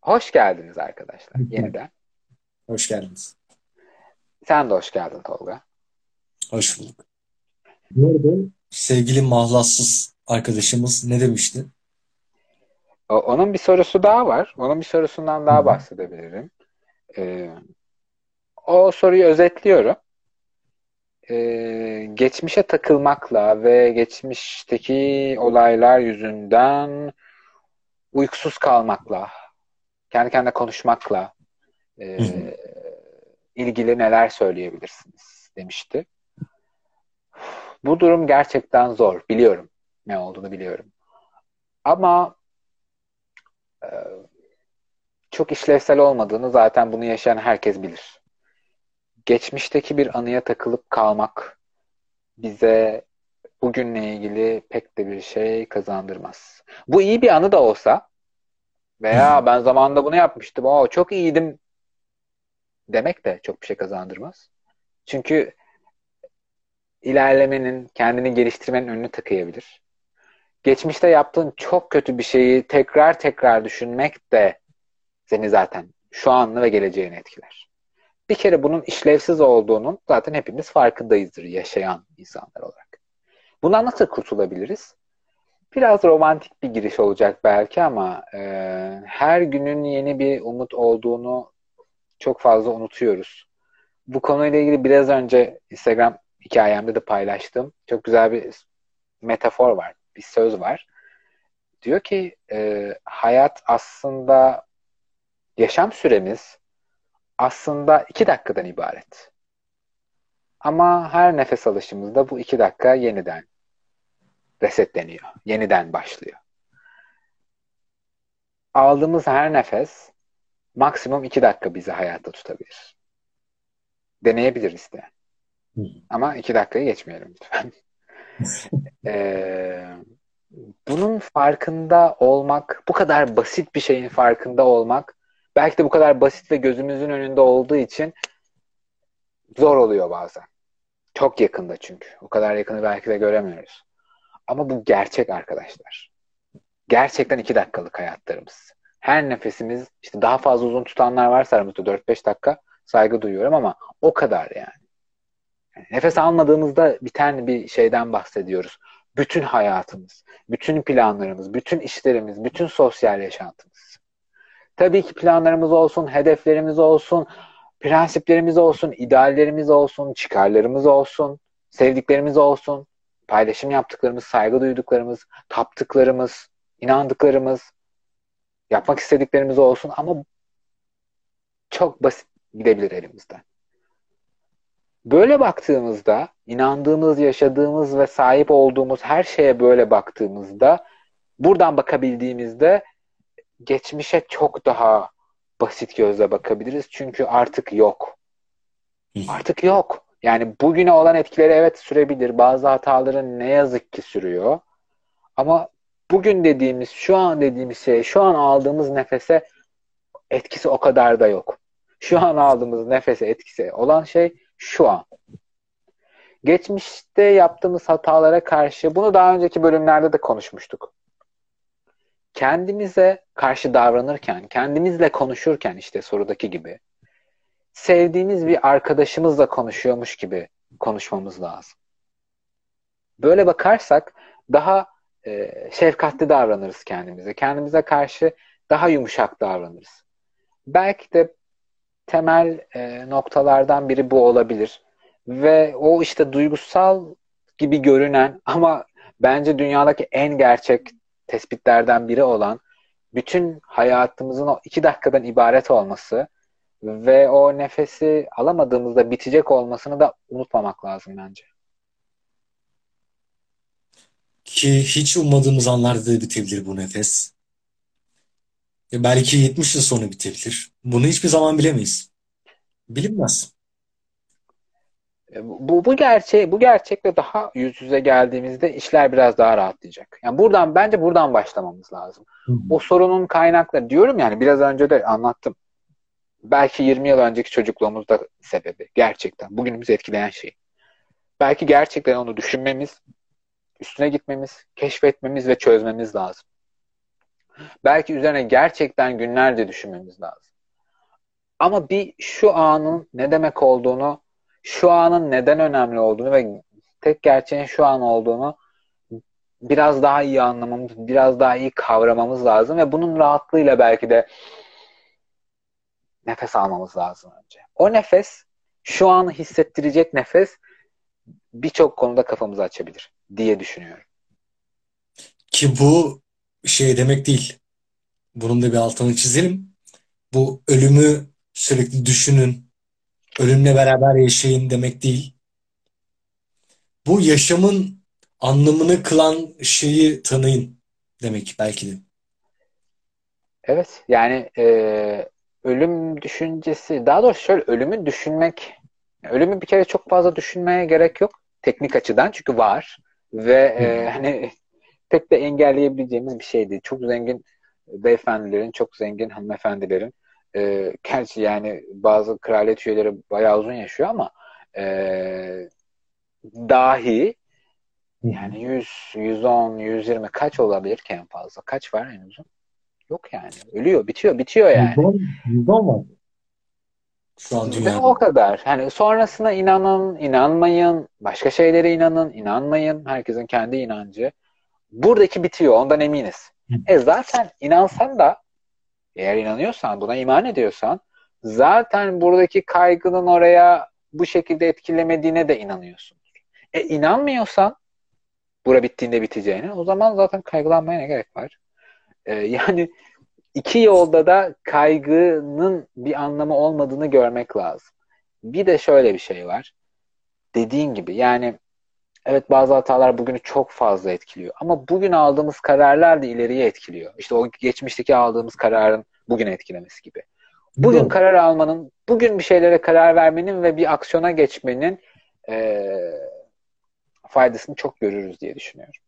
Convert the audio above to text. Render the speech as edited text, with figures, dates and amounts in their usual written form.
Hoş geldiniz arkadaşlar Lütfen. yeniden. Hoş geldiniz. Sen de hoş geldin Tolga. Hoş bulduk. Bu arada sevgili mahlassız arkadaşımız ne demişti? Onun bir sorusu daha var. Onun bir sorusundan Hı daha hı. bahsedebilirim. Ee, O soruyu özetliyorum. Geçmişe takılmakla ve geçmişteki olaylar yüzünden uykusuz kalmakla, kendi kendine konuşmakla Hı hı. e, ilgili neler söyleyebilirsiniz demişti. Bu durum gerçekten zor. Biliyorum. Ne olduğunu biliyorum. Ama e, çok işlevsel olmadığını zaten bunu yaşayan herkes bilir. Geçmişteki bir anıya takılıp kalmak bize bugünle ilgili pek de bir şey kazandırmaz. Bu iyi bir anı da olsa Hı hı. veya ben zamanında bunu yapmıştım, çok iyiydim demek de çok bir şey kazandırmaz. Çünkü ilerlemenin, kendini geliştirmenin önünü tıkayabilir. Geçmişte yaptığın çok kötü bir şeyi tekrar tekrar düşünmek de seni zaten şu anını ve geleceğini etkiler. Bir kere bunun işlevsiz olduğunun zaten hepimiz farkındayızdır yaşayan insanlar olarak. Bundan nasıl kurtulabiliriz? Biraz romantik bir giriş olacak belki ama her günün yeni bir umut olduğunu çok fazla unutuyoruz. Bu konuyla ilgili biraz önce Instagram hikayemde de paylaştım. Çok güzel bir metafor var, bir söz var. Diyor ki hayat aslında yaşam süremiz aslında 2 dakikadan ibaret. Ama her nefes alışımızda bu 2 dakika yeniden resetleniyor. Yeniden başlıyor. Aldığımız her nefes maksimum 2 dakika bizi hayatta tutabilir. Deneyebiliriz de. Hı Ama 2 dakikayı geçmeyelim lütfen. Ee, Bunun farkında olmak, bu kadar basit bir şeyin farkında olmak, belki de bu kadar basit ve gözümüzün önünde olduğu için zor oluyor bazen. Çok yakında çünkü. O kadar yakını belki de göremiyoruz. Ama bu gerçek arkadaşlar. Gerçekten 2 dakikalık hayatlarımız. Her nefesimiz işte daha fazla uzun tutanlar varsa aramızda 4-5 dakika saygı duyuyorum ama o kadar yani. Yani nefes almadığımızda biten bir şeyden bahsediyoruz. Bütün hayatımız, bütün planlarımız, bütün işlerimiz, bütün sosyal yaşantımız. Tabii ki planlarımız olsun, hedeflerimiz olsun, prensiplerimiz olsun, ideallerimiz olsun, çıkarlarımız olsun, sevdiklerimiz olsun, paylaşım yaptıklarımız, saygı duyduklarımız, taptıklarımız, inandıklarımız, yapmak istediklerimiz olsun ama çok basit gidebilir elimizden. Böyle baktığımızda, inandığımız, yaşadığımız ve sahip olduğumuz her şeye böyle baktığımızda, buradan bakabildiğimizde geçmişe çok daha basit gözle bakabiliriz. Çünkü artık yok. hı. Artık yok. Yani bugüne olan etkileri evet sürebilir. Bazı hataların ne yazık ki sürüyor. Ama bugün dediğimiz, şu an dediğimiz şey, şu an aldığımız nefese etkisi o kadar da yok. Şu an aldığımız nefese etkisi olan şey şu an. Geçmişte yaptığımız hatalara karşı bunu daha önceki bölümlerde de konuşmuştuk. Kendimize karşı davranırken, kendimizle konuşurken işte sorudaki gibi sevdiğimiz bir arkadaşımızla konuşuyormuş gibi konuşmamız lazım. Böyle bakarsak daha şefkatli davranırız kendimize. Kendimize karşı daha yumuşak davranırız. Belki de temel noktalardan biri bu olabilir. Ve o işte duygusal gibi görünen ama bence dünyadaki en gerçek tespitlerden biri olan bütün hayatımızın o 2 dakikadan ibaret olması ve o nefesi alamadığımızda bitecek olmasını da unutmamak lazım bence. Ki hiç ummadığımız anlarda da bitebilir bu nefes. Belki 70 yıl sonra bitebilir. Bunu hiçbir zaman bilemeyiz. Bilinmez. Bu gerçekle daha yüz yüze geldiğimizde işler biraz daha rahatlayacak. Yani bence buradan başlamamız lazım. Hı hı. O sorunun kaynakları diyorum yani biraz önce de anlattım. Belki 20 yıl önceki çocukluğumuzda sebebi gerçekten bugünümüzü etkileyen şey. Belki gerçekten onu düşünmemiz, üstüne gitmemiz, keşfetmemiz ve çözmemiz lazım. Belki üzerine gerçekten günlerce düşünmemiz lazım. Ama bir şu anın ne demek olduğunu, şu anın neden önemli olduğunu ve tek gerçeğin şu an olduğunu biraz daha iyi anlamamız, biraz daha iyi kavramamız lazım ve bunun rahatlığıyla belki de nefes almamız lazım önce. O nefes, şu anı hissettirecek nefes birçok konuda kafamızı açabilir diye düşünüyorum. Ki bu şey demek değil. Bunun da bir altını çizelim. Bu ölümü sürekli düşünün, ölümle beraber yaşayın demek değil. Bu yaşamın anlamını kılan şeyi tanıyın demek belki de. Evet, yani ölüm düşüncesi, daha doğrusu şöyle ölümü düşünmek, ölümü bir kere çok fazla düşünmeye gerek yok teknik açıdan çünkü var ve Hı hı. hani pek de engelleyebileceğimiz bir şey değil. Çok zengin beyefendilerin, çok zengin hanımefendilerin, gerçi yani bazı kraliyet üyeleri bayağı uzun yaşıyor ama dahi Hı hı. yani 100, 110, 120 kaç olabilir ki en fazla? Kaç var en uzun? Yok yani. Ölüyor, bitiyor yani. 110 var şu an Ve dünyada. o kadar. Hani sonrasına inanın, inanmayın, başka şeylere inanın, inanmayın. Herkesin kendi inancı. Buradaki bitiyor, ondan eminiz. Hı. Zaten inansan da, eğer inanıyorsan, buna iman ediyorsan, zaten buradaki kaygının oraya bu şekilde etkilemediğine de inanıyorsun. İnanmıyorsan, bura bittiğinde biteceğine, o zaman zaten kaygılanmaya ne gerek var? Yani iki yolda da kaygının bir anlamı olmadığını görmek lazım. Bir de şöyle bir şey var. Dediğin gibi yani evet bazı hatalar bugünü çok fazla etkiliyor. Ama bugün aldığımız kararlar da ileriye etkiliyor. İşte o geçmişteki aldığımız kararın bugün etkilemesi gibi. Bugün Doğru. karar almanın, bugün bir şeylere karar vermenin ve bir aksiyona geçmenin faydasını çok görürüz diye düşünüyorum.